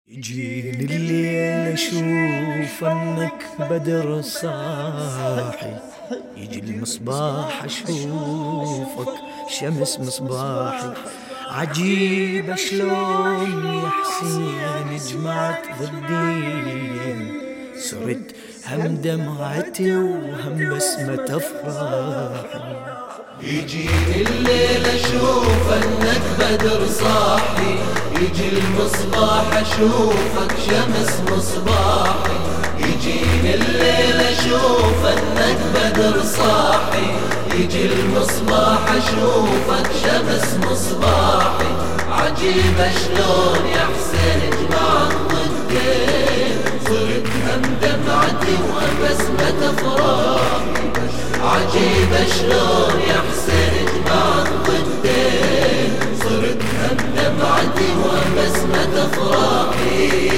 يجيني الليل اشوف انك بدر صاحي، يجي المصباح اشوفك شمس مصباحي. عجيب شلون يا حسين جمعت ضدي، صرت هم دمعتي وهم بسمة افراحي. يجيني الليل اشوف انك بدر صاحي، يجي المصباح اشوفك شمس مصباحي. يجيني الليل اشوف انك بدر صاحي، يجي المصباح اشوفك شمس مصباحي. عجيب شلون يا حسين جمعت ضدين، صرت هم دمعتي وبسمة افراحي. عجيب شلون يا حسين جمعت ضدين، صرت هم دمعتي وبسمة افراحي.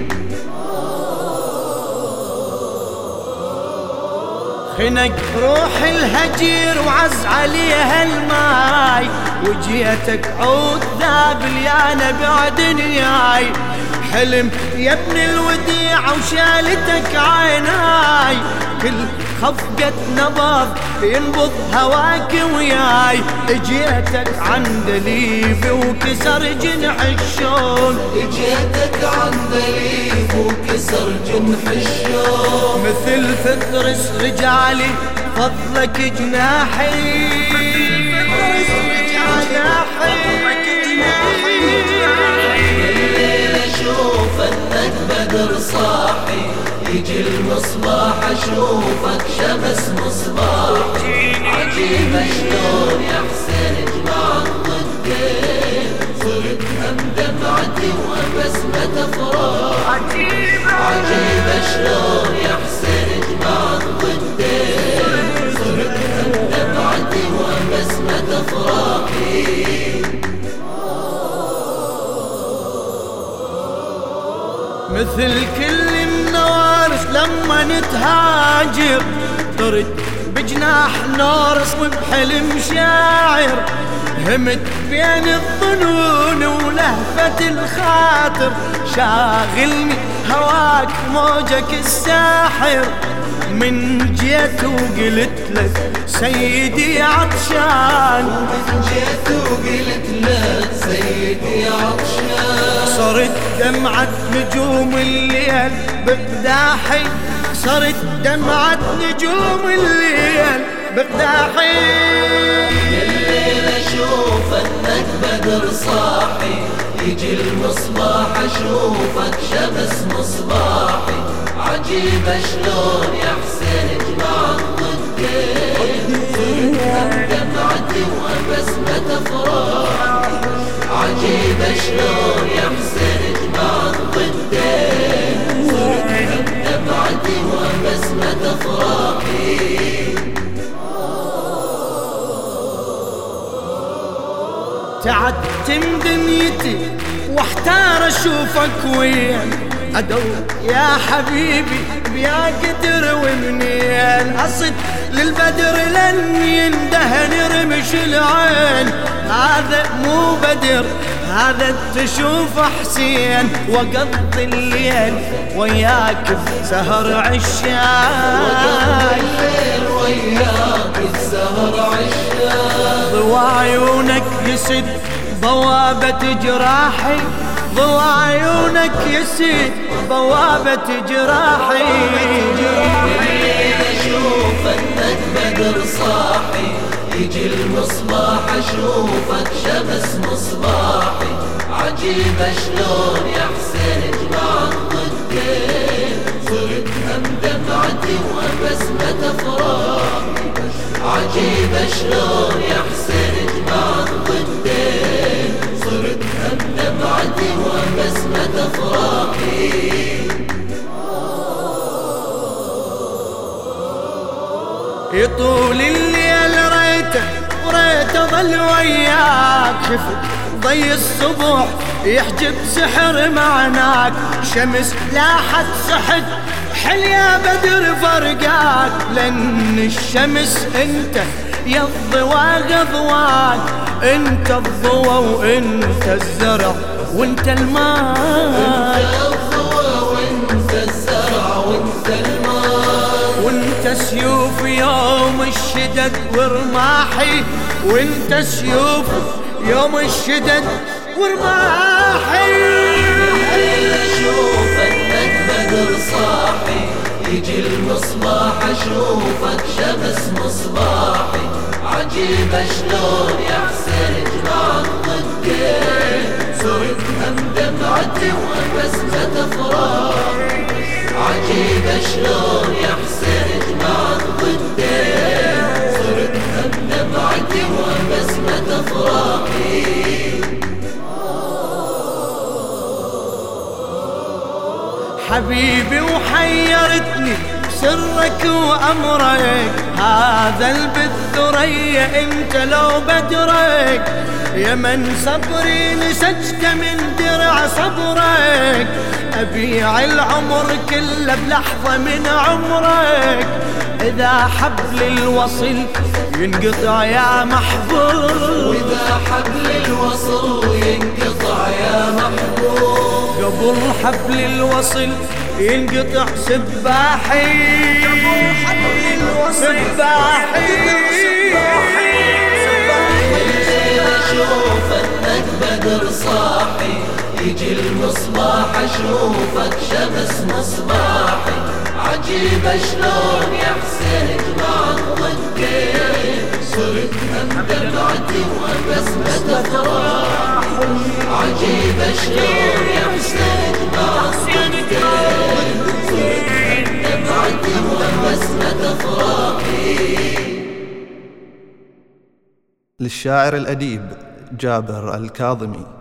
خنق روح الهجير وعز عليها الماي، وجيتك عود ذاب ليانا بعد دنياي. حلم يا ابن الوديعة وشالتك عيناي، كل خفقة نبض ينبض هواك وياي. اجيتك عند ليبي وكسر جنح الشون، اجيتك عند ليبي وكسر جنح الشون. مثل فطرس رجالي فضلك جناحي، الليل اشوف انك بدر صاحي، يجي المصباح اشوفك شمس مصباحي. عجيب شلون يا حسين جمعت ضدين، صرت هم دمعتي وبسمة افراحي. عجيب شلون يا حسين جمعت ضدين، صرت هم دمعتي وبسمة افراحي. مثل كل النوارس لما نتهاجر، طرت بجناح نورس وبحلم شاعر. همت بين الظنون ولهفة الخاطر، شاغلني هواك موجك الساحر. من جيت وقلت لك سيدي عطشان، من جيت وقلت لك سيدي عطشان. صرت دمعة نجوم الليل بقداحي، صرت دمعة نجوم الليل بقداحي. الليل اشوف انك بدر صاحي، يجي المصباح اشوفك شمس مصباحي. عجيب شلون يا حسين جمعت ضدين، صرت هم دمعتي وبسمة افراحي. عجيب شلون يا حسين جمعت ضدين، صرت هم دمعتي وبسمة افراحي. تعتم دنيتي واحتار اشوفك وين، ادور يا حبيبي بيا قدر ومنين. اصد للبدر لن يندهن رمش العين، هذا مو بدر هذا تشوف حسين. وقضي الليل وياك بسهر عشاق، الليل وياك بسهر عشاق. ضوى عيونك يسد بوابة جراحي، ضوى عيونك يسد بوابة جراحي. الليل اشوف انك بدر صاحي، يجي المصباح اشوفك شمس مصباحي. عجيب شلون يا حسين جمعت ضدين، صرت هم دمعتي وبسمة افراحي. عجيب شلون يا حسين جمعت ضدين، صرت هم دمعتي وبسمة افراحي. يطول الليل ريته وريت ظل وياك، شفت ضي الصبح يحجب سحر معناك. شمس لاحت صحت حل يا بدر فرقاك، لأن الشمس انت يا الضوى غضواك. انت الضوى وانت الزرع وانت الماء. الشدد ورماحي، وانت سيوف يوم الشدد ورماحي. اشوف انك بدر صاحي، يجي المصباح اشوفك شمس مصباحي. عجيب شلون يحسن جمع الضدين، صرت هم دمعتي وبسمة افراحي. عجيب شلون يحسن جمع الضدين، صرت هم دمعتي وبسمة افراحي. حبيبي وحيرتني بسرك وأمرك، هذا البالثريا انت لو بدرك. يا من صبري نسجت من درع صبرك، أبيع العمر كله بلحظة من عمرك. إذا حبل الوصل ينقطع يا محبوب، وإذا حبل الوصل ينقطع يا محبوب. قبل حبل الوصل ينقطع سباحي، قبل حبل الوصل سباحي. اشوف انك بدر صاحي، يجي المصباح اشوفك شمس مصباحي. عجيب شلون يحسن جمع الضدين، صرت هم دمعتي وبسمة افراحي. عجيب شلون يحسن جمع الضدين، صرت هم دمعتي وبسمة افراحي. للشاعر الأديب جابر الكاظمي.